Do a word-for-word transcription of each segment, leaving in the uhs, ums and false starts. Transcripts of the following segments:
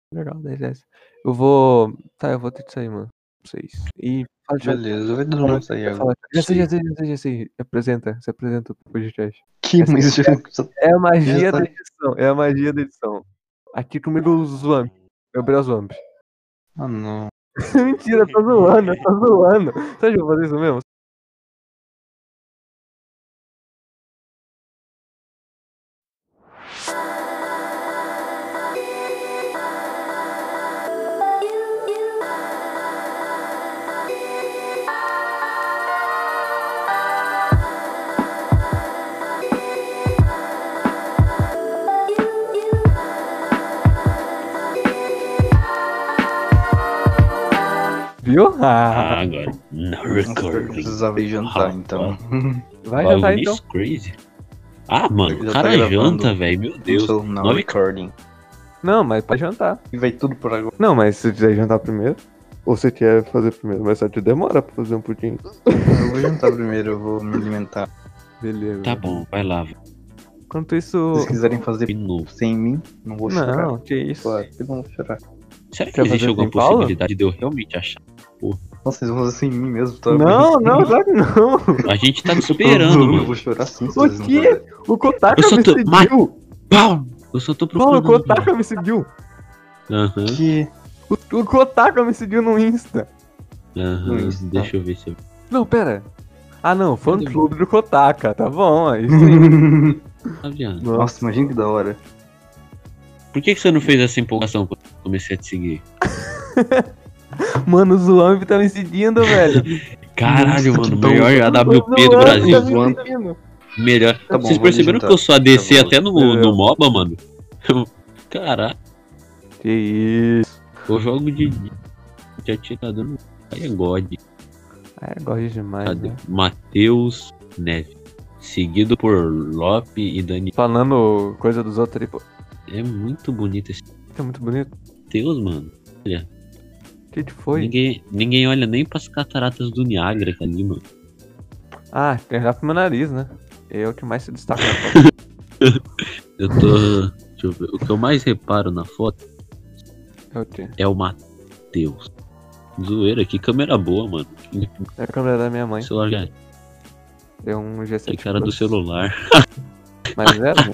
Legal, dez reais. Eu vou. Tá, eu vou ter que sair, mano. Vocês. E fala de Beleza, vai todo mundo sair agora. Já sei, já sei, já sei, já sei. Apresenta, se apresenta pro podcast. Que Essa mas é, é a magia essa- da edição, é a magia da edição. Aqui comigo o Zwamp. Gabriel Zwamp. Ah, não. Mentira, tô zoando, eu tô zoando. Você acha que eu vou fazer isso mesmo? Viu? Ah, Ah, agora. No Eu recording. precisava ir jantar, então. vai jantar Bagulho então. crazy. Ah, mano, Já o tá cara gravando. janta, velho. Meu Deus. Então, não, Nove- recording. Não, mas pode jantar. E vai tudo por agora. Não, mas se você quiser jantar primeiro. Ou você quer fazer primeiro, mas só te demora pra fazer um pudim. Eu vou jantar primeiro, eu vou me alimentar. Beleza. Tá bom, vai lá, velho. Enquanto Se isso. vocês quiserem fazer De novo. sem mim, não vou chorar. Não, que isso. Claro, eu não vou chorar. Será que Quer existe fazer alguma sem Paula? possibilidade de eu realmente achar? Nossa, vocês vão fazer sem mim mesmo, tá? Não, não, claro que não. A gente tá te Eu tô esperando, zoando, Eu mano. vou chorar sim se O vocês não quê? fizerem. O Kotaka Eu só me tô- seguiu. Pau! Eu só tô Paulo, o procurando. Kotaka me seguiu. Aham, Que... O, o Kotaka me seguiu no Insta. aham. Isso, tá. Deixa eu ver se eu. Não, pera. Ah, não, fã Cadê? clube do Kotaka, tá bom, aí sim. Tá vendo? Nossa, imagina que da hora. Por que, que você não fez essa empolgação quando eu comecei a te seguir? Mano, o Zwamp tá me seguindo, velho. Caralho, Nossa, mano, que melhor bom. A W P O do Zwamp Brasil. tá me Zwamp. seguindo. Melhor. Tá bom, Vocês vou perceberam ali que eu sou A D C jantar. até no, É. no MOBA, mano? Caralho, Que isso. eu jogo de, de atirador no. Aí é God. Ah, eu gosto demais, Cadê? né? Matheus Neves. Seguido por Lope e Dani. Falando coisa dos outros aí, pô. É muito bonito esse É muito bonito. Matheus, mano. O que que foi? Ninguém, ninguém olha nem pras cataratas do Niágara que ali, mano. Ah, tem já pro meu nariz, né? É o que mais se destaca na foto. Eu tô. Deixa eu ver. O que eu mais reparo na foto É o quê? é o Matheus. Zoeira, que câmera boa, mano. É a câmera da minha mãe. Celular, cara. É um G sete Que cara do Plus. celular. Mas é, né?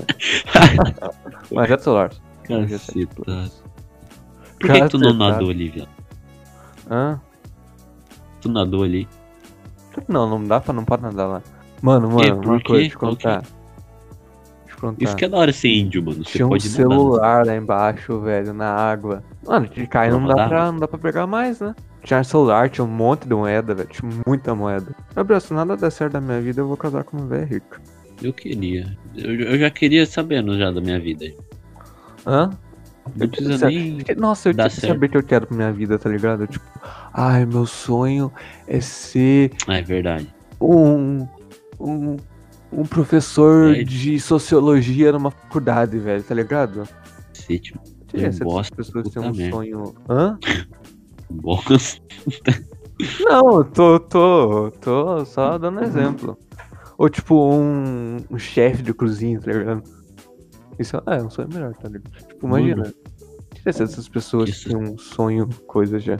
Mas é do celular. Um G sete Caceta. Plus. Por que, que tu não Cacetado. nadou ali, viado? Hã? Tu nadou ali. Não, não dá pra, não pode nadar lá. Mano, mano, É, uma por coisa, quê? deixa eu contar. Deixa eu contar. Isso que é da hora ser índio, mano. Você Tinha um pode nadar. celular lá embaixo, velho, na água. Mano, de cair não, Não dá dá? pra, não dá pra pegar mais, né? Tinha celular, tinha um monte de moeda, velho. Tinha muita moeda. Gabriel, se nada der certo na minha vida, eu vou casar com uma velha rica. Eu queria. Eu, eu já queria sabendo já da minha vida. Hã? Não precisa Sério, nem. porque, nossa, eu dá quero certo. saber o que eu quero pra minha vida, tá ligado? Tipo, ai, meu sonho é ser Ah, é verdade. um, um, um professor É. de sociologia numa faculdade, velho, tá ligado? Cacete, mano. Queria Eu ser gosto, essas pessoas que têm puta um merda. sonho. Hã? Boas. Não, eu tô, tô, tô só dando exemplo. Ou tipo, um, um chefe de cozinha, tá ligado? Isso é um sonho melhor, tá ligado? Tipo, imagina. Queria ser essas pessoas Isso. que têm um sonho, coisa já.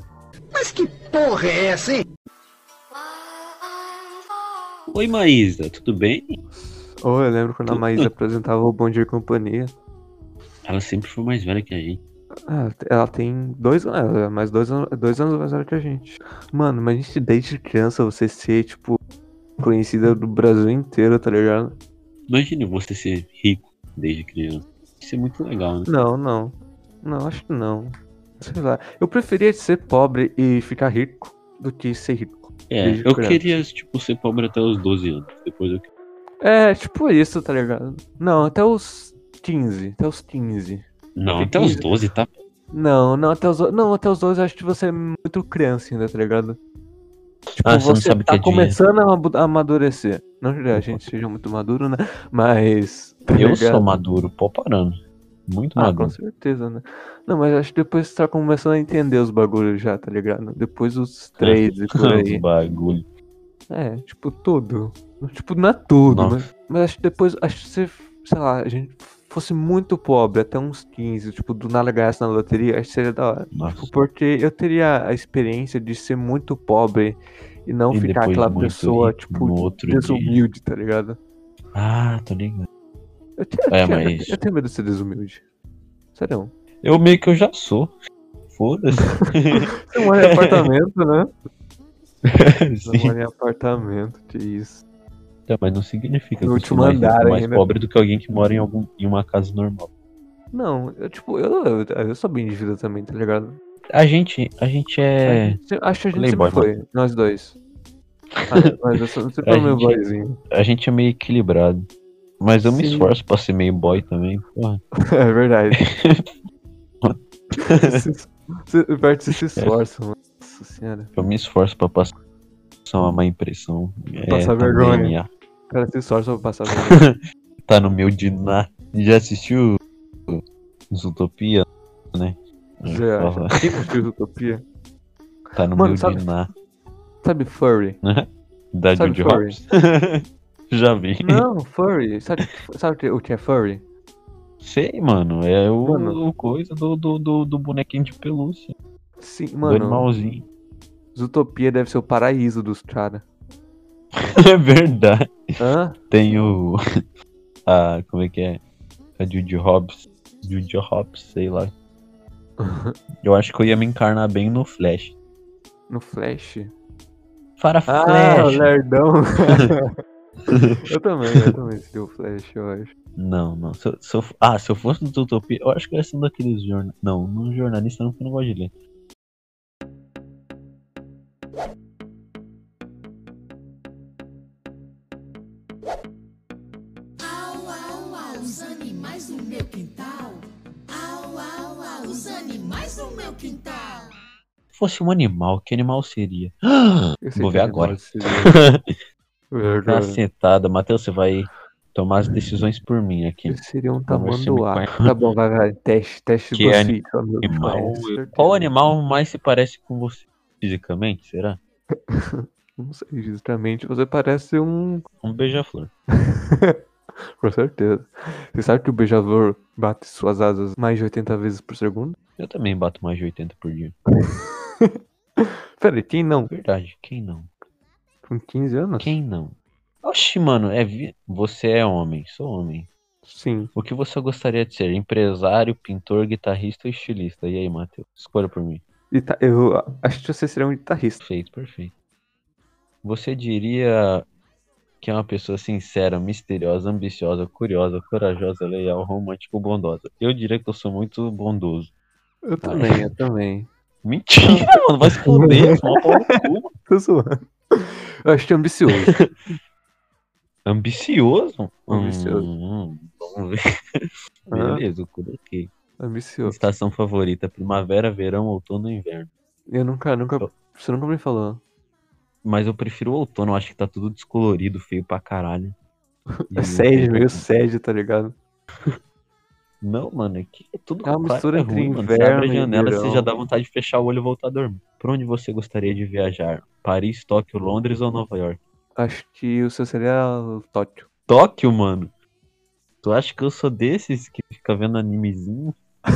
Oi, Maísa, tudo bem? Ou eu lembro quando a Tu- Maísa apresentava o Bom Dia e Companhia. Ela sempre foi mais velha que a gente. Ah, ela tem dois anos, ela é mais dois, anos- dois anos mais velha que a gente. Mano, mas a gente desde criança você ser, tipo, conhecida do Brasil inteiro, tá ligado? Imagine você ser rico desde criança. Isso é muito legal, né? Não, não. Não, acho que não. Sei lá. Eu preferia ser pobre e ficar rico do que ser rico. É, Desde eu criança. queria, tipo, ser pobre até os doze anos. Depois eu. É, tipo isso, tá ligado? Não, até os quinze. Até os quinze. Não, Até até os quinze. doze, tá? Não, não, até os, não, até os doze eu acho que você é muito criança ainda, tá ligado? Tipo, Ah, você não você sabe o tá que é dinheiro. começando a abu- a amadurecer. Não que a gente seja muito maduro, né? Mas. tá Eu ligado? sou maduro, pô, parando. Muito Ah, com maduro. certeza, né? Não, mas acho que depois você tá começando a entender os bagulhos já, tá ligado? Depois dos três e por aí. Os bagulho. É, tipo, tudo. Tipo, não é tudo, Nossa. mas, mas acho que depois, acho que você, sei lá, a gente fosse muito pobre, até uns quinze, tipo, do nada ganhasse na loteria, acho que seria da hora. Nossa. Tipo, porque eu teria a experiência de ser muito pobre e não E ficar depois aquela muito pessoa, rico tipo, no outro dia. desumilde, tá ligado? Ah, tô ligado. Eu, te- eu É, tinha- mas- eu tenho medo de ser desumilde. Sério. Eu meio que eu já sou. Foda-se. Você mora em apartamento, né? Você Sim. mora em apartamento, que isso. Não, mas não significa No que eu último sou mais, rico, andar mais ainda. pobre do que alguém que mora em, algum, em uma casa normal. Não, eu, tipo, eu, eu, eu sou bem de vida também, tá ligado? A gente, a gente A é. gente- acho que a gente Playboy, sempre foi, nós dois. Ah, mas eu sou- sempre A foi meu gente- boyzinho. A gente é meio equilibrado. Mas eu me Sim. esforço pra ser meio boy também. Porra. É verdade. Você- você- O pior é que você se esforça, mano. Nossa senhora. Eu me esforço pra passar uma má impressão. É, Passar também vergonha. a minha- O cara se esforça pra passar vergonha. Tá no meu diná. Já assistiu Zootopia, né? Você acha? Quem assistiu Utopia? Tá no Mano, meu sabe- diná. Sabe furry? Da sabe Judy furry? Hopps. Já vi. Não, furry. Sabe, sabe o que- o que é furry? Sei, mano. É o, Mano. o coisa do, do, do, do bonequinho de pelúcia. Sim, Do mano. animalzinho. Zootopia deve ser o paraíso dos cara. É verdade. Hã? Tem o. A. Como é que é? A Judy Hopps. Judy Hopps, sei lá. Eu acho que eu ia me encarnar bem no Flash. No Flash? Para Ah, o Flash! lerdão. eu também, eu também seria o Flash, eu acho. Não, não. Se eu, se eu- ah, se eu fosse do Utopia, eu acho que eu ia ser um daqueles jornalistas. Não, não jornalista não, porque eu não gosto de ler. Au, au, au, os animais no meu quintal. Au, au, au, os animais no meu quintal. Se fosse um animal, que animal seria? Eu sei Vou que ver animal agora. seria. Verdade. Cacetada. Matheus, você vai tomar as decisões por mim aqui. Eu seria um Vamos ver se me tamanduá. conhece. Tá bom, vai, vai. Teste, teste Que é BuzzFeed, seu amigo. Animal. Conhece, certeza. Qual animal mais se parece com você fisicamente? Será? Não sei, justamente. Você parece um. Um beija-flor. Com certeza. Você sabe que o beija-flor bate suas asas mais de oitenta vezes por segundo? Eu também bato mais de oitenta por dia. Pera aí, quem não? Verdade, quem não? Com quinze anos? Quem não? Oxi, mano, é vi... você é homem, sou homem. Sim. O que você gostaria de ser? Empresário, pintor, guitarrista ou estilista? E aí, Matheus? Escolha por mim. E tá, eu acho que você seria um guitarrista. Perfeito, perfeito. Você diria que é uma pessoa sincera, misteriosa, ambiciosa, curiosa, corajosa, leal, romântica ou bondosa? Eu diria que eu sou muito bondoso. Eu também, eu também. Mentira, mano, vai se foder, só uma pau no cu. Tô zoando. Eu acho que é ambicioso. Ambicioso? Ambicioso. Hum, vamos ver. Ah. Beleza, eu coloquei. Ambicioso. Estação favorita: primavera, verão, outono e inverno. Eu nunca, nunca. Você nunca me falou. Mas eu prefiro o outono, eu acho que tá tudo descolorido, feio pra caralho. E É o sede, outono- meio sede, tá ligado? Não, mano, é que é tudo É uma claro mistura que entre ruim, mano. Você inverno abre a e janela, você verão. já dá vontade de fechar o olho e voltar a dormir. Pra onde você gostaria de viajar? Paris, Tóquio, Londres ou Nova York? Acho que o seu seria o Tóquio. Tóquio, mano? Tu acha que eu sou desses que fica vendo animezinho?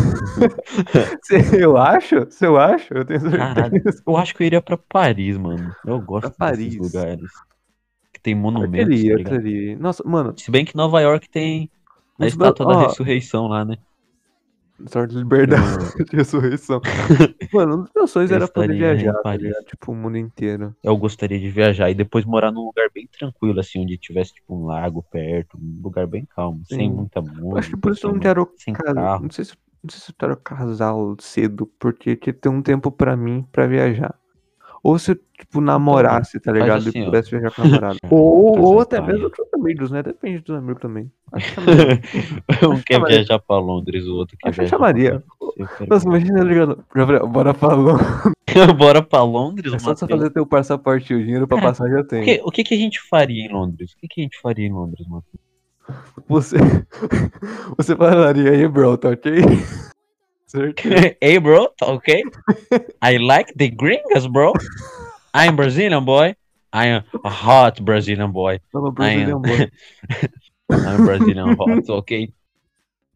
Eu acho? Se eu acho, eu tenho Caralho. certeza. Eu acho que eu iria pra Paris, mano. Eu gosto Pra desses Paris. lugares. Que tem Eu monumentos, queria, tá eu ligado? queria. Nossa, mano, Se bem que Nova York tem a Os estátua ba- da ó. ressurreição lá, né? sorte de liberdade de ressurreição. Mano, um dos meus sonhos Eu era poder estaria em viajar, tá Paris. ligado? Tipo, o mundo inteiro. Eu gostaria de viajar e depois morar num lugar bem tranquilo, assim, onde tivesse, tipo, um lago perto, um lugar bem calmo, Sim. sem muita música. Eu acho que por isso eu não sem- quero sem casar. carro. Não sei se, não sei se eu quero casar cedo, porque tinha que ter um tempo pra mim pra viajar. Ou se eu, tipo, namorasse, tá ligado? assim, e ó. pudesse viajar com a namorada. ou, Casar ou até paia. mesmo com os amigos, né? Depende dos amigos também. Acho que é melhor. Um quer chamaria. viajar pra Londres, o outro quer Acho que eu viajar chamaria. pra Paris. Eu quero Nossa, imagina ligando. Gabriel, bora pra Londres. viajar. Bora pra Londres, É só você Matheus? fazer teu passaporte e o dinheiro pra Cara, passar já O tem. que, o que que a gente faria em Londres? O que que a gente faria em Londres, Matheus? Você. Você falaria aí, bro, tá ok? Certeza. Hey, bro, tá ok? I like the gringas, bro. I'm Brazilian boy. I'm a hot Brazilian boy. Tava Brazilian boy. I'm Brazilian hot, ok?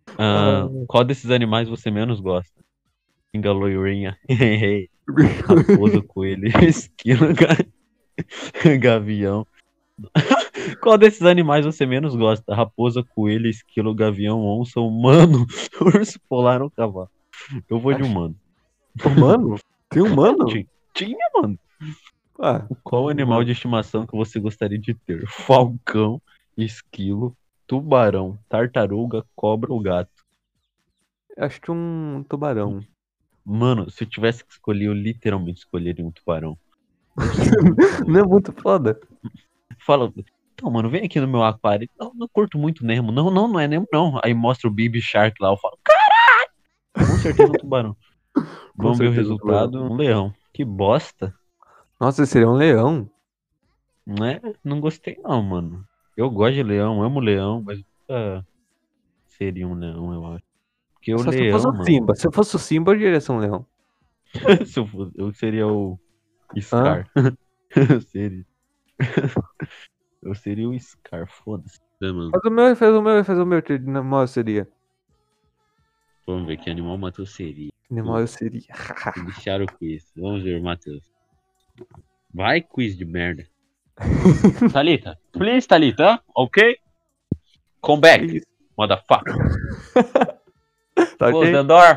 Ah, qual desses animais você menos gosta? Pinga loirinha, raposa, coelho, esquilo, ga- gavião. Qual desses animais você menos gosta? Raposa, coelho, esquilo, gavião, onça, humano, urso polar ou cavalo? Eu vou de Acho- humano. Humano? Tem humano? Tinha, tinha, mano. Ah, Qual animal humano. de estimação que você gostaria de ter? Falcão, esquilo, tubarão, tartaruga, cobra ou gato? Acho que um tubarão. Mano, se eu tivesse que escolher, eu literalmente escolheria um tubarão. Eu sou muito da hora. Não é muito foda? Fala, então, mano, vem aqui no meu aquário. Não, não curto muito Nemo. Não, não, não é Nemo, não. Aí mostra o Baby Shark lá. Eu falo, caralho! Com certeza um tubarão. Com Vamos ver o certeza um tubarão. resultado. Um leão. Que bosta. Nossa, esse seria um leão. Não é? Não gostei, não, mano. Eu gosto de leão, amo leão, mas nunca seria um leão, eu acho. Porque o Só se eu fosse leão, o mano. Simba. Se eu fosse o Simba, eu diria ser um leão. Se eu, fosse, eu seria o Scar. Eu seria. Eu seria o Scar, foda-se. Né, mano? Faz o meu, faz o meu, faz o meu. Que animal eu seria? Vamos ver que animal o Matheus seria. Que animal eu seria? Iniciar o quiz. Vamos ver, Matheus. Vai, quiz de merda. Thalita, please, Thalita, ok? Come back, Isso. motherfucker. Tá Close ok? the door.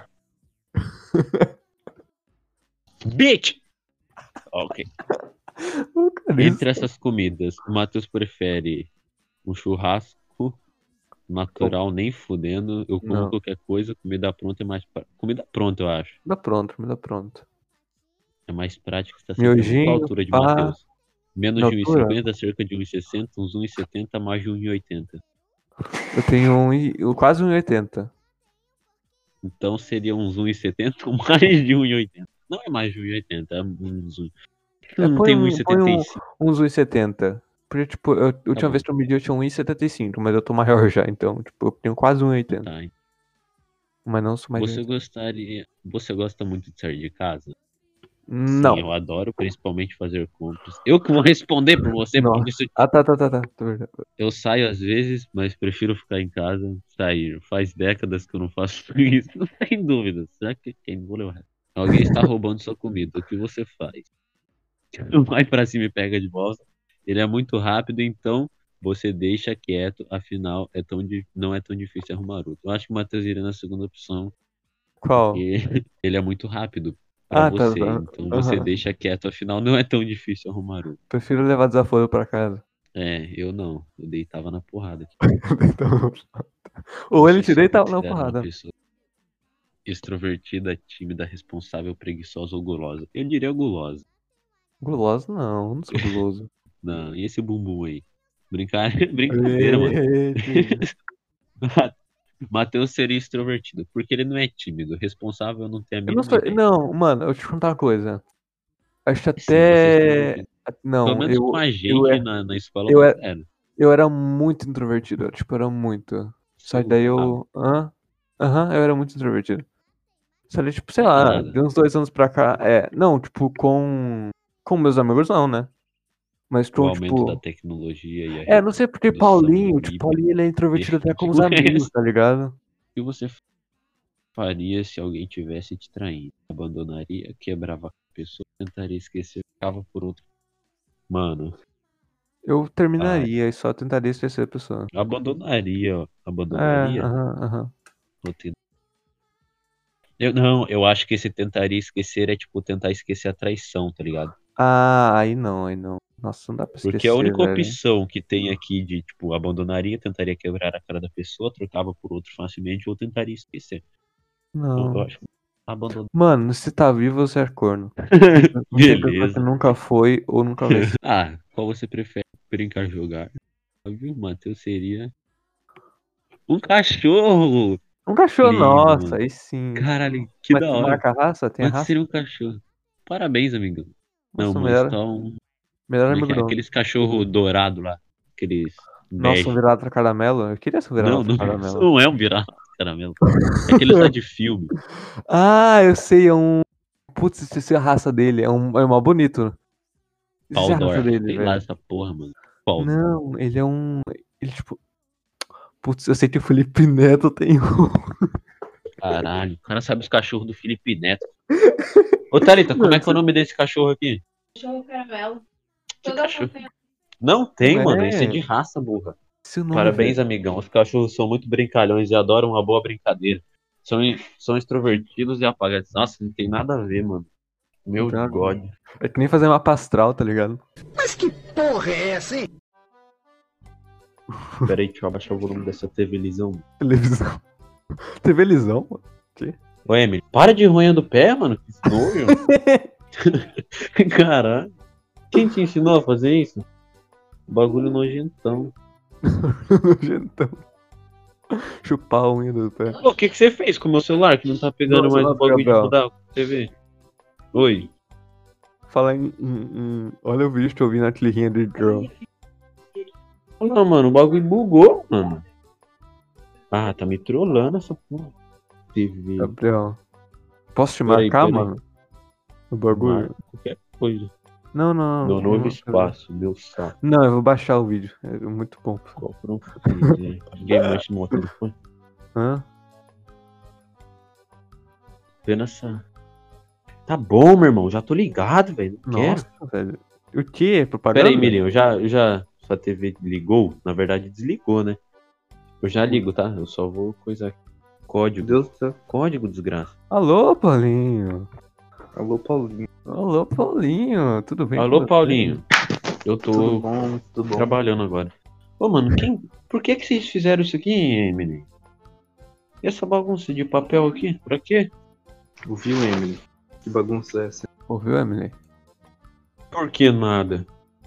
Bitch! Ok. Oh, cara, isso- Entre essas comidas, o Matheus prefere um churrasco natural, nem fudendo. Eu como Não. qualquer coisa, comida pronta é mais. pra- Comida pronta, eu acho. Dá pronto, me dá pronto. É mais prático. Está sempre Miojinho, qual a altura de pá. Matheus? Menos Minha de um e altura? cinquenta, cerca de um e sessenta, uns um e setenta, mais de um e oitenta. Eu tenho um, e- eu- quase um e oitenta. Então seria uns um e setenta ou mais de um e oitenta. Não é mais de um e oitenta, é uns um. É, Não põe tem um, põe um, um e setenta e cinco. uns um e setenta. Porque, tipo, eu, a última bom. vez que eu medi eu tinha um e setenta e cinco, mas eu tô maior já, então, tipo, eu tenho quase um e oitenta. Tá. Mas não sou mais de Você oitenta. gostaria. Você gosta muito de sair de casa? Não. Sim, eu adoro, principalmente fazer compras. Eu que vou responder por você, Não. porque isso Ah, tá, tá, tá, tá. tá verdade. eu saio às vezes, mas prefiro ficar em casa, sair. Faz décadas que eu não faço isso, sem dúvida. Será que quem vou levar? Alguém está roubando sua comida, o que você faz? Vai pra cima e pega de volta. Ele é muito rápido, então você deixa quieto, afinal é tão di- não é tão difícil arrumar outro. Eu acho que o Matheus iria na segunda opção, Qual? porque ele é muito rápido pra Ah, tá, você, tá. então você Aham. deixa quieto, afinal não é tão difícil arrumar outro. Prefiro levar desaforo pra casa. É, eu não, eu deitava na porrada aqui. Então, ou ele Você te se deita na considera uma porrada. pessoa extrovertida, tímida, responsável, preguiçosa ou gulosa? Eu diria gulosa. Guloso não, não sou guloso. Não, e esse bumbum aí? Brincar... Brincadeira, mano. Eita. Matheus seria extrovertido, porque ele não é tímido. Responsável eu não tenho a Eu não mínima sou. ideia. Não, mano, eu te contar uma coisa. Acho que Sim, você é até. extrovertido. Pelo Não, menos com eu, a eu, gente é- na, na escola eu, você é- era. eu era muito introvertido. eu, Tipo, era muito. Só que daí eu. Hã? Aham, eu era muito introvertido. Só que, tipo, sei Não é lá, nada. de uns dois anos pra cá. É. Não, tipo, com. Com meus amigos não, né? Mas O com, aumento da tipo. tecnologia e a É, não sei porque redução Paulinho, do tipo, nível Paulinho ele é introvertido até com os de amigos, conhece. tá ligado? O que você faria se alguém tivesse te traindo? Abandonaria, quebrava a pessoa, tentaria esquecer, ficava por outro. Mano, Eu terminaria e só tentaria esquecer a pessoa. abandonaria, ó. É, Abandonaria? aham, aham. Vou ter- Eu, não, eu acho que esse tentaria esquecer é tipo tentar esquecer a traição, tá ligado? Ah, aí não, aí não. Nossa, não dá pra Porque a esquecer, única velho. opção que tem aqui de, tipo, abandonaria, tentaria quebrar a cara da pessoa, trocava por outro facilmente, ou tentaria esquecer. Então, eu Não. acho que abandonar. Mano, se tá vivo, você é corno. Não tem pessoa que Beleza. nunca foi ou nunca vai ser. Ah, qual você prefere brincar jogar? Óbvio, o Matheus seria um cachorro! Um cachorro, Lindo, nossa, mano. aí sim. Caralho, que Mas da tu hora. marca a raça? Tem a Mas raça? seria um cachorro. Parabéns, amigo. Não, Nossa, o mas melhor, tá um. melhor Como é amigo que é? do homem. Aqueles cachorro dourado lá. Aqueles Nossa, um bege. vira-lata caramelo? Eu queria ser um Não, vira-lata não, isso caramelo. não é um vira-lata caramelo. É aqueles lá de filme. Ah, eu sei, é um. Putz, esqueci a raça dele. É um. É mó bonito. Esqueci Pau a raça d'Or. dele, Sei lá velho. essa porra, mano. Pau. Não, ele é um. Ele tipo. Putz, eu sei que o Felipe Neto tem um. Caralho, o cara sabe os cachorros do Felipe Neto. Ô, Thalita, como é que é o nome desse cachorro aqui? Cachorro caramelo. Que Toda cachorro? fofinha. Não tem, Não mano. é? Esse é de raça, burra. Seu nome, Parabéns, velho. amigão. Os cachorros são muito brincalhões e adoram uma boa brincadeira. São, são extrovertidos e apagados. Nossa, não tem nada a ver, mano. Meu Tá. God. É que nem fazer uma pastral, tá ligado? Pera aí, deixa eu abaixar o volume dessa T V lisão. Televisão. T V lisão, mano. Ô, Emily, para de roer do pé, mano. Que nojo. Caralho. Quem te ensinou a fazer isso? Bagulho nojentão. Nojentão. Chupar a unha do pé. Pô, o que, que você fez com o meu celular que não tá pegando Nossa, mais o nossa, bagulho de Gabriel. mudar a T V? Oi. Falar em, em- em- Olha o vídeo que eu vi na trilhinha de Girl. Não, mano, o bagulho bugou, mano. Ah, tá me trollando essa porra. T V. Gabriel. Posso te Peraí, marcar, peraí. mano? O bagulho? Marca qualquer coisa. Não, não, Meu não. novo não, espaço, meu saco. Não, eu vou baixar o vídeo. É muito bom. Compra um freezer. Ninguém mexe no meu telefone. Hã? Apenas essa. Tá bom, meu irmão, já tô ligado, velho. Não quero. Nossa, velho. O que? Propaganda? Pera aí, Mirinho, eu já, eu já. Sua T V ligou? Na verdade, desligou, né? Eu já ligo, tá? Eu só vou coisar. Meu Código. Deus do céu. Código, desgraça. Alô, Paulinho. Alô, Paulinho. Alô, Paulinho. Tudo bem? com Alô, você? Paulinho. Eu tô Tudo bom? Tudo bom? trabalhando agora. Ô, mano, quem. Por que que vocês fizeram isso aqui, Emily? E essa bagunça de papel aqui? Pra quê? Ouviu, Emily? Que bagunça é essa? Ouviu, Emily? Por que nada?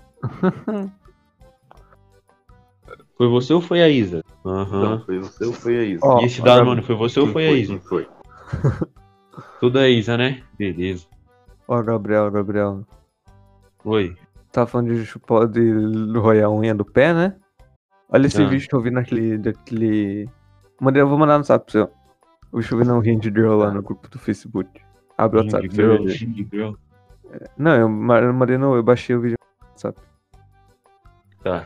Foi você ou foi a Isa? Aham. Não, foi você ou foi a Isa? Ó, E esse ó, Danone foi você ou Quem foi a Isa? Quem foi? Tudo a Isa, né? Beleza. Ó, Gabriel, Gabriel. Oi. Tá falando de chupar, de roer a unha do pé, né? Olha esse Ah. vídeo que eu vi naquele. Daquele... Mandei, eu vou mandar no zap pra você. O vídeo que eu vi no Ring Girl lá no grupo do Facebook. Abre o WhatsApp. Indie pra você girl, ver. indie girl. Não, eu ma- eu mandei no. Eu baixei o vídeo no WhatsApp. Tá.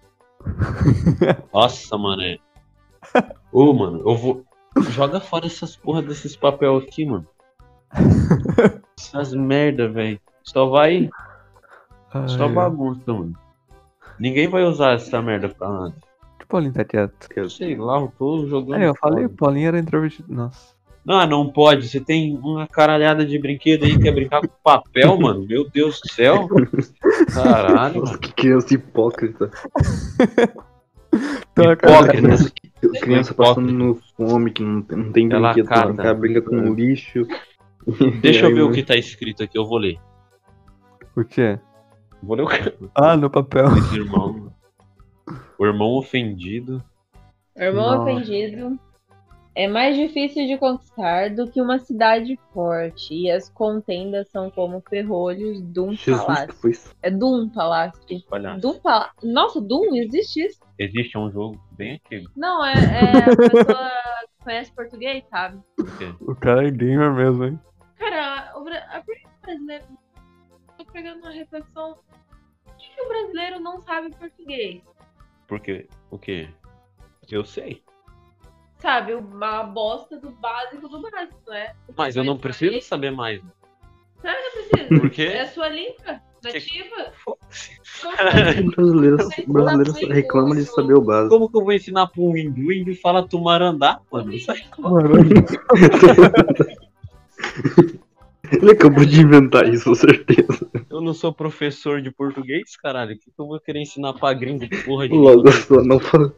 Nossa, mano. é. Ô, mano, eu vou. Joga fora essas porra desses papel aqui, mano. Essas merda, velho. Só vai. Só Ai, bagunça, mano. Ninguém vai usar essa merda pra nada. que Paulinho tá quieto. Sei lá, eu tô jogando. Aí, eu falei, o fora. Paulinho era introvertido. Nossa. Ah, não pode. Você tem uma caralhada de brinquedo aí que quer brincar com papel, mano. Meu Deus do céu. Caralho, Nossa, mano. que criança hipócrita. Então, Hipócrita. cara, Criança, criança Hipócrita. passando no fome, que não tem, não tem Ela brinquedo pra cata. brincar, brinca com lixo. Deixa E eu aí, ver o mano, que tá escrito aqui, eu vou ler. o quê? Vou ler o que Ah, no papel. esse irmão. O irmão ofendido. O irmão Nossa. ofendido é mais difícil de conquistar do que uma cidade forte. E as contendas são como ferrolhos de um Jesus, que palácio. foi isso? É Doom Palácio. Palhaço. Doom Palácio. Nossa, Doom existe isso? Existe um jogo bem antigo. Não, é, é a pessoa que conhece português, sabe? O cara é gamer mesmo, hein? Cara, o, bra- a- por que o brasileiro. Tô pegando uma reflexão. Por que que o brasileiro não sabe português? Porque. O quê? Eu sei. Sabe, uma bosta do básico do básico, né? Mas eu não preciso saber mais. Claro que eu preciso. Por quê? É a sua língua nativa. Foda-se. Como que O brasileiro, o brasileiro só reclama de saber o básico. Como que eu vou ensinar pra um índio? O índio fala tumarandá, mano. Isso aí. Ele acabou de inventar isso, com certeza. Eu não sou professor de português, caralho. O que, que eu vou querer ensinar pra gringo? Porra de. Logo, eu só não falo.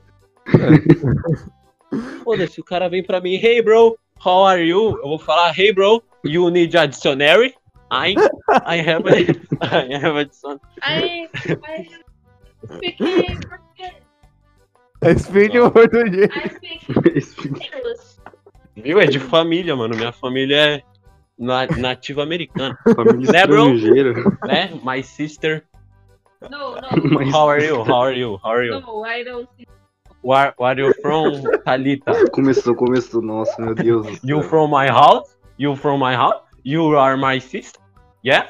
Foda-se, o cara vem pra mim, hey bro, how are you? Eu vou falar, hey bro, you need a dictionary? I, I have a, I have a dictionary. Aí, aí, speak português. É speak em português. I speak English. Viu? É de família, mano. Minha família é na, nativa americana, Família Né, bro? estrangeira. né? My sister, No, no, Mas how are you? How are you? How are you? no, I don't see. Where, where are you from, Thalita? começou, começou. Nossa, meu Deus do You céu. from my house? You from my house? You are my sister? Yeah?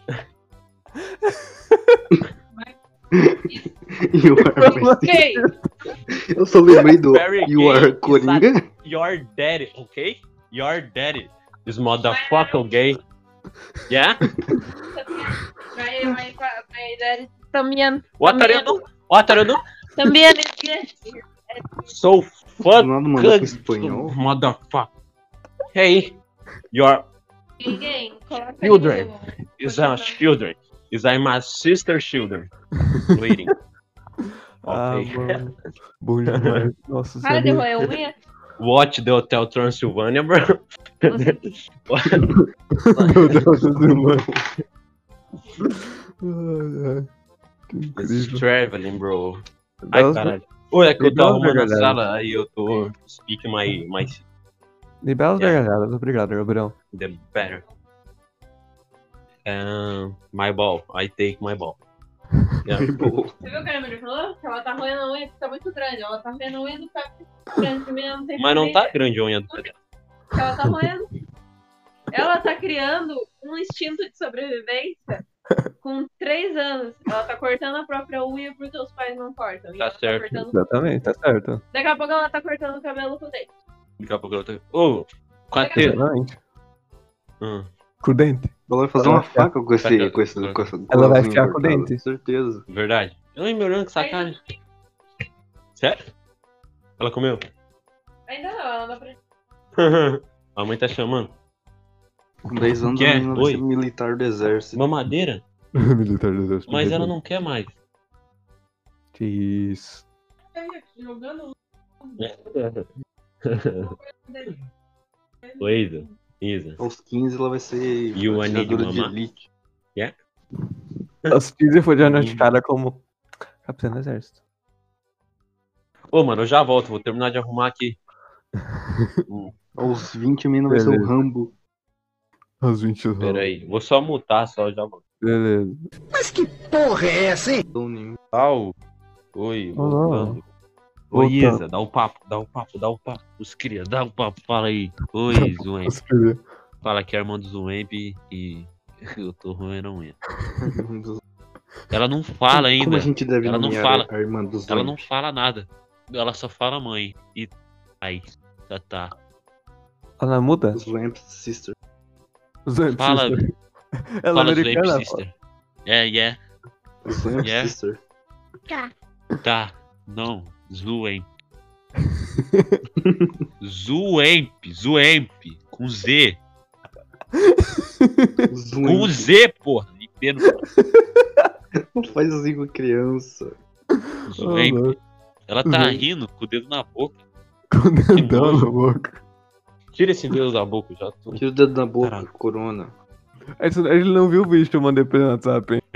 You are my Okay, Eu só lembrei do Very You gay Are is Coringa. that your daddy, okay? Your daddy is motherfucker gay. Yeah? My, my, my dad is también. What are you doing? What are you doing? También es gay. So Do fuck nada mandou pro espanhol. motherfucker. Hey, your Ninguém, coloca aí children no- is a children. Is a my sister children. Waiting. Ah, Ok. mano. Bom demais. Nossa Para de senhora. roer unha. Watch the Hotel Transylvania, bro. Meu Deus do céu, mano. Ai, ai. Que It's incrível. traveling, bro. Ai, Belas- caralho. Oi, é que eu tô Belas arrumando a gargalhadas. sala, aí eu tô speak my, my E belas Yeah. gargalhadas. Obrigado, Gabriel. the better. Um, my ball. I take my ball. Yeah. Você viu o que a menina falou? Que ela tá roendo a unha porque tá muito grande. Ela tá roendo a unha do cara muito grande. Que a menina não tem Mas não paciência. tá grande a unha do pé. Que ela tá roendo. Ela tá criando um instinto de sobrevivência com três anos. Ela tá cortando a própria unha porque os pais não cortam. E Tá ela certo. cortando- Exatamente, tá certo. Daqui a pouco ela tá cortando o cabelo com o dente. Daqui a pouco eu tô. Ô, Catê. Exatamente. Hum. Com o dente. Ela vai fazer Ela uma vai faca com esse. Faca. Com esse com essa, com Ela vai as unhas ficar com o cortadas, dente. Certeza. Verdade. Eu me olhando com essa cara. Sério? Ela comeu? Ainda não, ela não pra... A mãe tá chamando. Com dez anos Que é? a menina vai Oi? ser militar do exército. Mamadeira? Militar do exército. Mas ela não quer mais. Que isso. jogando. Ô, Isa. Isa. Aos quinze ela vai ser E o anime atiradora de mamar? elite. Os quinze foi diagnosticada como capitã do exército. Ô, mano, eu já volto. Vou terminar de arrumar aqui. Hum, Aos vinte a menina vai ser o Beleza. Rambo. Aos vinte anos. Pera aí. Vou só mutar, só já volto. Beleza. Então, nenhum. Au. Oi, Olá. voltando. Oi, Voltando. Isa. Dá o papo, dá o papo, dá o papo. Os cria, dá o papo. Fala aí. Oi, Zuemp. Os quinze. Fala que é a irmã do Zuemp e eu tô roendo a unha. Ela não fala ainda. Como a gente deve Ela não nomear fala. a irmã dos Ela dois? não fala nada. Ela só fala mãe. E aí, tá, tá. Ela não muda? Os Lamp Sister. Os Lamp Fala, Sister. Ela é fala Zuemp americana. Sister. É, yeah. Os Lamp Yeah. Sister. Tá. Não. Zuemp. Zuemp. Zuemp. Com Z. Os Com Lamp. Z, porra. E P no- Não faz assim com criança. Zuemp. mano. Ela tá Zuemp. rindo com o dedo na boca. Com o dedão nojo. na boca. Tira esse dedo da boca, já tô. Tira o dedo da boca, Caralho. corona. A gente a gente não viu o vídeo que eu mandei pra ele no WhatsApp, hein?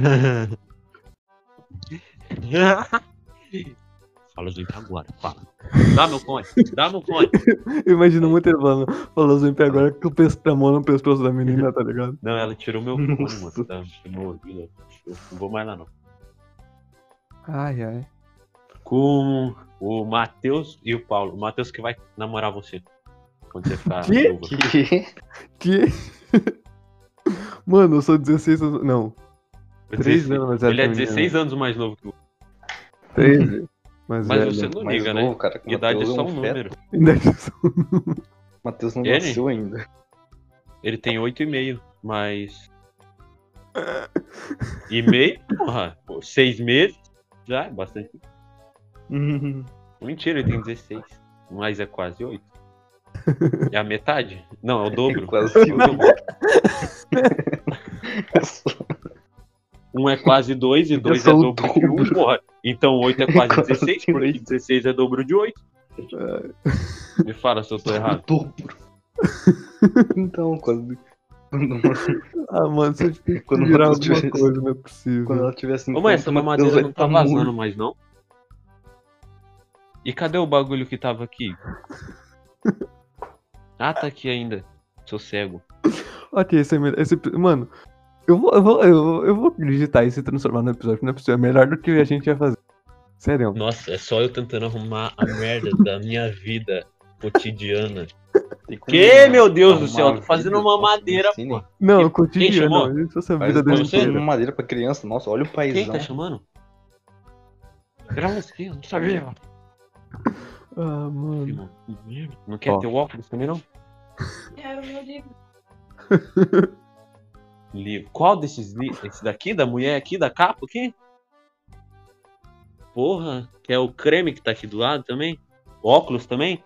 Fala, gente, agora. Fala. Dá meu fone. Dá meu fone. Eu imagino muito ele falando, falou Zump agora com o pes- a mão no pescoço da menina, tá ligado? Não, ela tirou meu fone, Nossa. mano. Tá, meu ouvido. Eu não vou mais lá, não. Ai, ai. Com o Matheus e o Paulo. O Matheus que vai namorar você. Quando você ficar Que? viúva. Que? Que? Mano, eu sou dezesseis anos. Não, três anos mais velho Ele é que a menina. dezesseis anos mais novo que o. treze. Mas, Mas velho. você não Mais liga, novo, né? cara, que Idade é Matheus só um um feto. número. Ainda que eu sou- Matheus não Ele? nasceu ainda. Ele tem oito e meio, mas. E meio? Porra, pô, seis meses? Já é bastante. Mentira, ele tem dezesseis. Mas é quase oito. É a metade? Não, é o dobro. Quase É o dobro. Um é quase dois e dois só é o dobro de um, dobro. porra. Então oito é quase Quase dezesseis, porque dois. dezesseis é dobro de oito. Me fala se eu tô errado. Dobro. Então, quando, quando, Ah, mano, você tem que Quando virar Matheus alguma tivesse- coisa, não é possível. quando ela tiver cinquenta, Ô, mas essa Matheus mamadeira vai não tá tá vazando morto. mais, não? E cadê o bagulho que tava aqui? Ah, tá aqui ainda. Sou cego. Ok, esse é melhor. Esse... Mano, eu vou, eu, vou, eu, vou, eu vou digitar isso e transformar no episódio. Não é possível. É melhor do que a gente ia fazer. Sério. Nossa, é só eu tentando arrumar a merda da minha vida cotidiana. Tem como Que, meu Deus do arrumar céu, a tô fazendo vida, uma nossa, madeira, ensine. pô. Não, Quem- cotidiano. quem chamou? Não. Isso é a Faz vida pra dele você inteira. uma madeira pra criança. Nossa, olha o Quem paizão. tá chamando? Era você, eu não sabia. Ah, mano. Irmão, que merda. Não quer Ó. ter o óculos também, não? Era o meu livro. Livro. Qual desses livros? Esse daqui, da mulher aqui, da capa aqui? Porra, que é o creme que tá aqui do lado também? O óculos também?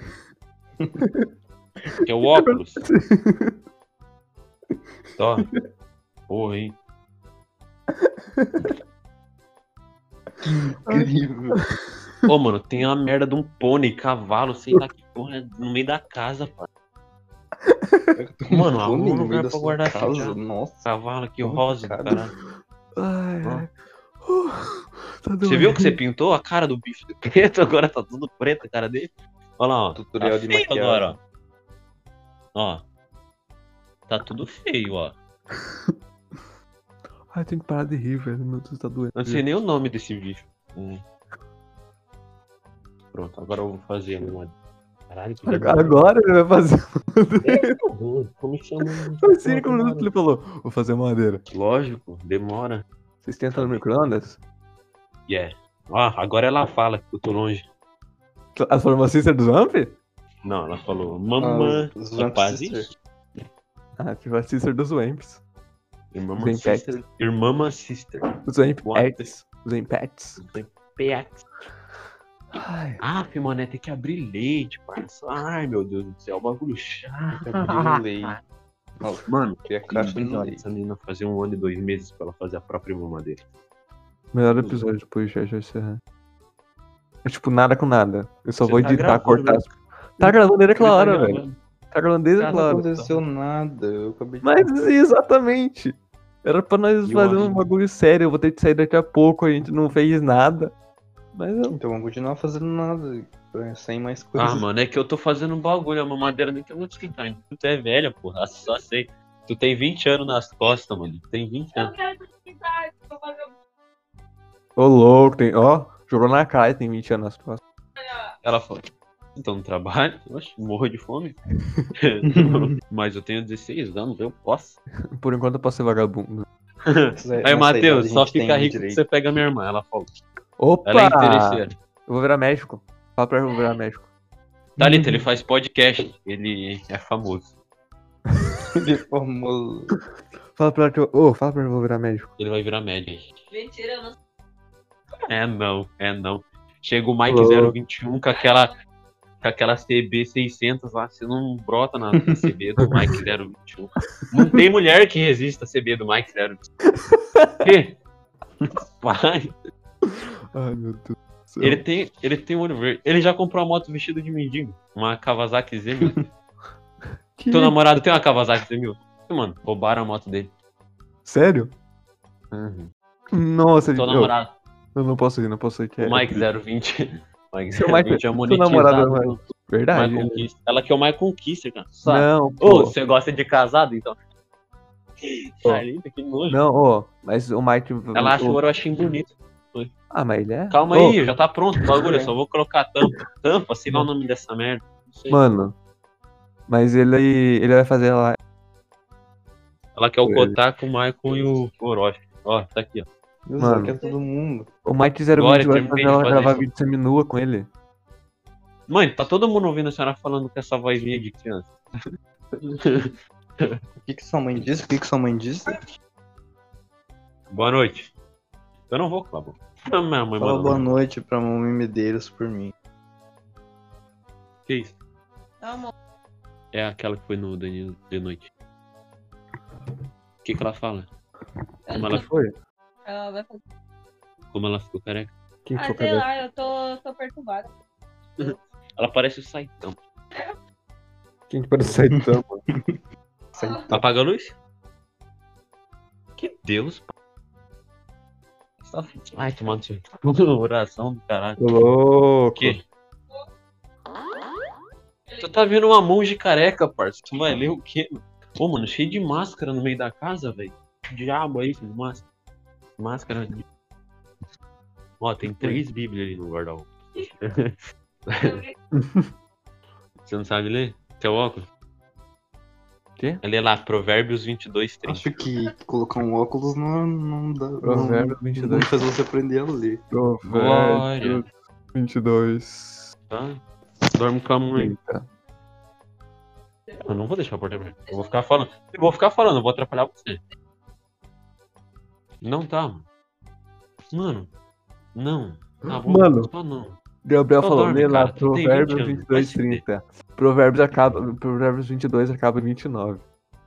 Que é o óculos. Ó. Porra, hein? Incrível. Ô, mano, tem uma merda de um pônei, cavalo, sei lá que porra, é no meio da casa, pá. Mano, arruma um lugar pra guardar esse casa. ca- Nossa. cavalo aqui, Muito rosa, caro. caralho. Ai, Ó. ai. Uh, tá Você doendo. viu que você pintou a cara do bicho de preto? Agora tá tudo preto a cara dele. Olha lá, ó. Tutorial Tá de feio maquiagem. agora, ó. Ó. Tá tudo feio, ó. Ai, tem que parar de rir, velho. Meu Deus, tá doendo. Não sei nem o nome desse bicho. Hum. Pronto, agora eu vou fazer uma. Caralho, que Agora, agora ele vai fazer. Como chama? Faz cinco minutos ele falou. Vou fazer madeira. Lógico, demora. Vocês tentam no micro-ondas? Yeah. Ó, agora ela fala que eu tô longe. A farmacista do Zamp? Não, ela falou, mamã, Ah, os é Vamp quase Sister. isso. Ah, a farmacista dos Wamps. Irmã Zen sister. Irmã sister. Os Wamp What? Pets. Os Wamp Pets. Pex. Ai, Ah, mané, tem que abrir leite, parça. Ai, meu Deus do céu, bagulho chato. Abriu leite. Nossa, Mano, tem a caixa de leite. essa menina fazia um ano e dois meses pra ela fazer a própria mamadeira. melhor episódio depois já já encerrar. É tipo nada com nada. Eu só Você vou tá editar, gravando, cortar. né? as- Tá gravando desde aquela Tá hora, gravando. velho. Tá gravando desde Tá, Não aquela hora. aconteceu nada. Eu acabei de. Mas exatamente. Era pra nós E fazer o um amigo? bagulho sério. Eu vou ter que sair daqui a pouco. A gente não fez nada. Mas eu... Então vamos continuar fazendo nada. pra- Sem mais coisas. Ah, mano, é que eu tô fazendo um bagulho, a mamadeira nem que eu vou te esquentar. Tu é velha, porra, só sei. Tu tem vinte anos nas costas, mano. Tu tem vinte Eu anos. quero atividade, vou fazer um Ô, louco, tem. Ó, jogou na cara e tem vinte anos nas costas. Ela falou, então não trabalho? Oxe, morro de fome. Mas eu tenho dezesseis anos, eu posso. Por enquanto eu posso ser vagabundo. Nessa- Aí, nessa Matheus, idade a só gente tem fica rico direito. se você pega minha irmã. Ela falou, Opa! ela é interesseira. Eu vou virar médico. Fala pra ela que eu vou virar médico. Thalita, ele faz podcast, ele é famoso. Ele é famoso. Fala pra ela que eu. Ô, fala pra ela que eu vou virar médico. Ele vai virar médico. mentira, eu não sei. É não, é não. Chega o Mike Ô. zero vinte e um com aquela, com aquela C B seiscentos lá, você não brota na C B do Mike zero vinte e um. Não tem mulher que resista a C B do Mike zero vinte e um. Que? Pai, Ai, meu Deus do céu. ele tem, ele tem um olho verde. Ele já comprou uma moto vestida de mendigo. Uma Kawasaki Z mil. Que- Teu namorado tem uma Kawasaki Z mil. Mano, roubaram a moto dele. Sério? Uhum. Nossa, Teu eu, namorado, eu não posso ir, não posso ir. Que é... o Mike zero vinte. Mike Seu zero Mike- vinte é seu monetizado. namorado é no Verdade. Michael Kister. Ela quer o Michael Kister, cara. Sabe? Não, Ô, pô. você gosta de casado, então? Ô. Thalita, que nojo. Não, ó. Mas o Mike. Ela acha o... o Orochim bonito. Ah, mas ele é? Calma Ô, aí, já tá pronto o bagulho. Eu só vou colocar a tampa. Tampa, sei lá o nome dessa merda. Não sei. Mano. Mas ele. Ele vai fazer lá. Ela quer o ele. Kotaku, o Michael e o Orochi. Ó, tá aqui, ó. Deus, Mano. ela quer todo mundo. O Mike zero Glória, vinte vai terminei fazer de ela fazer gravar isso. vídeo seminua com ele. Mãe, tá todo mundo ouvindo a senhora falando com essa vozinha de criança. O que, que sua mãe disse? O que, que sua mãe disse? Boa noite. Eu não vou, Cláudio. Não, minha mãe Fala mandou. boa noite pra mamãe Medeiros por mim. Que isso? Tá, amor. É aquela que foi no Danilo de noite. O que que ela fala? Como ela, Foi? Ela vai fazer. como ela ficou careca? Quem Ah, ficou sei careca? lá, eu tô, tô perturbada. Ela parece o Saitão. Quem que parece sair tampa? Apaga a luz? Que Deus, pá. Só- Ai, tomando seu. Oração do caralho. Ô, louco. O quê? Tu tá vendo uma monge careca, parça. Tu vai ler o quê? Pô, mano, cheio de máscara no meio da casa, velho. Diabo aí, filho, máscara. Máscara. de- Ó, tem três bíblias ali no guarda-roupa. Você não sabe ler? Teu óculos? Quê? Ali lá, Provérbios vinte e dois, trinta. Acho que colocar um óculos não, não dá. Provérbios não, vinte e não dois. faz você aprender a ler. Provérbios vinte e dois. Tá? Dorme com a mãe. trinta. Eu não vou deixar a porta aberta. Eu vou ficar falando. Eu vou ficar falando, eu vou atrapalhar você. Não tá, mano. Mano. Não. Tá bom. Mano. Só não. Gabriel Só falou, dorme, lê lá, cara, tu tem Provérbios vinte anos, vinte e dois, vai se fuder. trinta. Provérbios, acaba, Provérbios vinte e dois acaba em vinte e nove.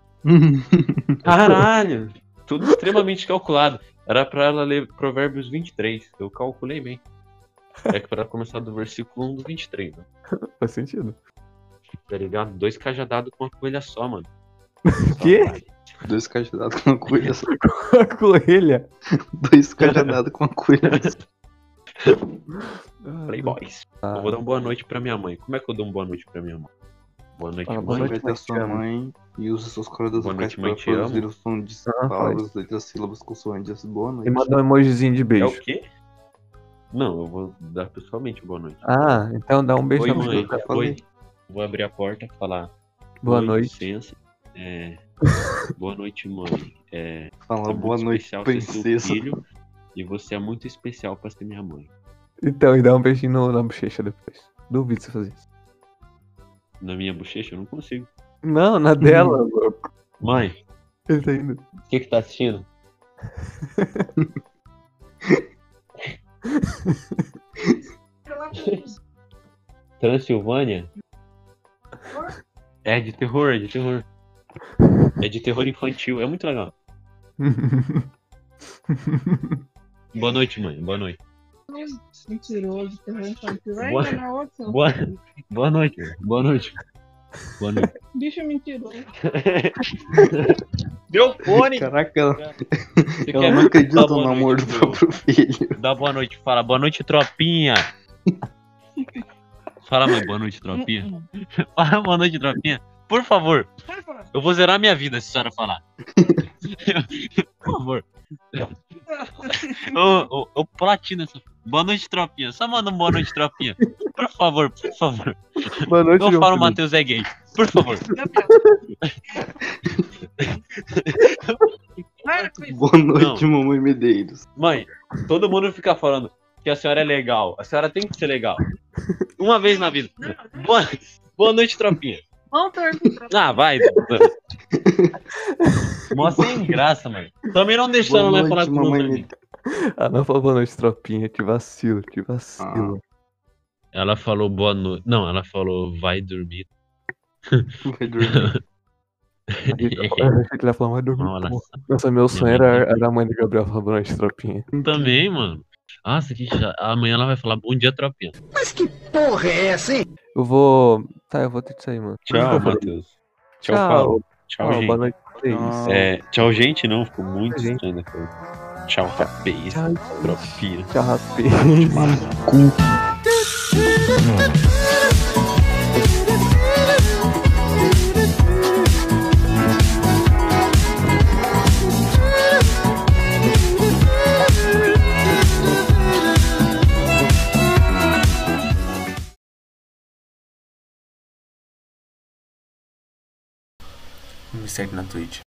Caralho! Tudo extremamente calculado. Era pra ela ler Provérbios vinte e três. Eu calculei bem. É que pra começar do versículo um do vinte e três, né? Faz sentido. Tá ligado? Dois cajadados com uma coelha só, mano. Quê? Só, Dois cajadados com uma coelha só. A coelha. Dois cajadados com uma coelha só. Playboys. Ah, Eu vou dar uma boa noite pra minha mãe. Como é que eu dou uma boa noite pra minha mãe? Boa noite, Ah, boa mãe. noite. Vai ter sua mãe e usa suas cordas Boa vocais noite, mãe, para te produzir amo. o som de Ah, palavras, letras, sílabas, consoantes. Boa E noite. manda um emojizinho de É beijo. o quê? Não, eu vou dar pessoalmente boa noite. Ah, então dá um beijo Oi, na mãe. bochecha. já falei. Oi. Vou abrir a porta e falar. Boa Oi, noite. Licença. É... Boa noite, mãe. É... Fala é boa muito noite, especial ser seu princesa. filho, e você é muito especial pra ser minha mãe. Então, e dá um beijinho no- na bochecha depois. Duvido você fazer isso. Na minha bochecha, eu não consigo. Não, na dela, louco. Mãe, Ele tá indo. o que que tá assistindo? Transilvânia? É de terror, é de terror. É de terror infantil, é muito legal. Boa noite, mãe. Boa noite. Mentiroso, terror infantil. Vai Boa- enganar outro. Boa, boa noite. mãe. Boa noite. Boa noite. Bicho mentiroso. Deu fone! Caraca, ela, Você ela quer não acredita dar boa no amor noite do pro- próprio filho. Dá boa noite, fala boa noite, tropinha. Fala, mãe, boa noite, tropinha. Fala boa noite, tropinha. Por favor, eu vou zerar minha vida se a senhora falar. Por favor. Ô, ô, ô, platino essa. Boa noite, tropinha. Só manda um boa noite, tropinha. Por favor, por favor. Boa noite, Não João fala o Felipe. Matheus é gay. Por favor. Para com isso. Boa noite, mamãe Medeiros. Mãe, todo mundo fica falando que a senhora é legal. A senhora tem que ser legal. Uma vez na vida. Boa, boa noite, tropinha. Vamos perguntar. Ah, vai. Mó sem graça, mano. Também não deixando Boa ela falar noite, com o mamãe nome. Medeiros. Ah, não falou boa noite, tropinha. Que vacilo, que vacilo. Ela falou boa noite. Não, ela falou vai dormir. Vai dormir. Eu achei que ela ia falar, vai dormir. Olha pô. só. Nossa, meu sonho mãe era, era a mãe do Gabriel falar boa noite, tropinha. Também, mano. Nossa, que chato. Amanhã ela vai falar bom dia, tropinha. Eu vou. Tá, eu vou ter que sair, mano. Tchau, Matheus. Tchau, Tchau. Paulo. Tchau, Tchau, gente. boa noite. É isso. Tchau. É, tchau, gente, não. Ficou muito Gente. estranho daquele. Tchau, rapaz. Tchau, Tropinha. Tchau, rapaz. Me segue na Twitch.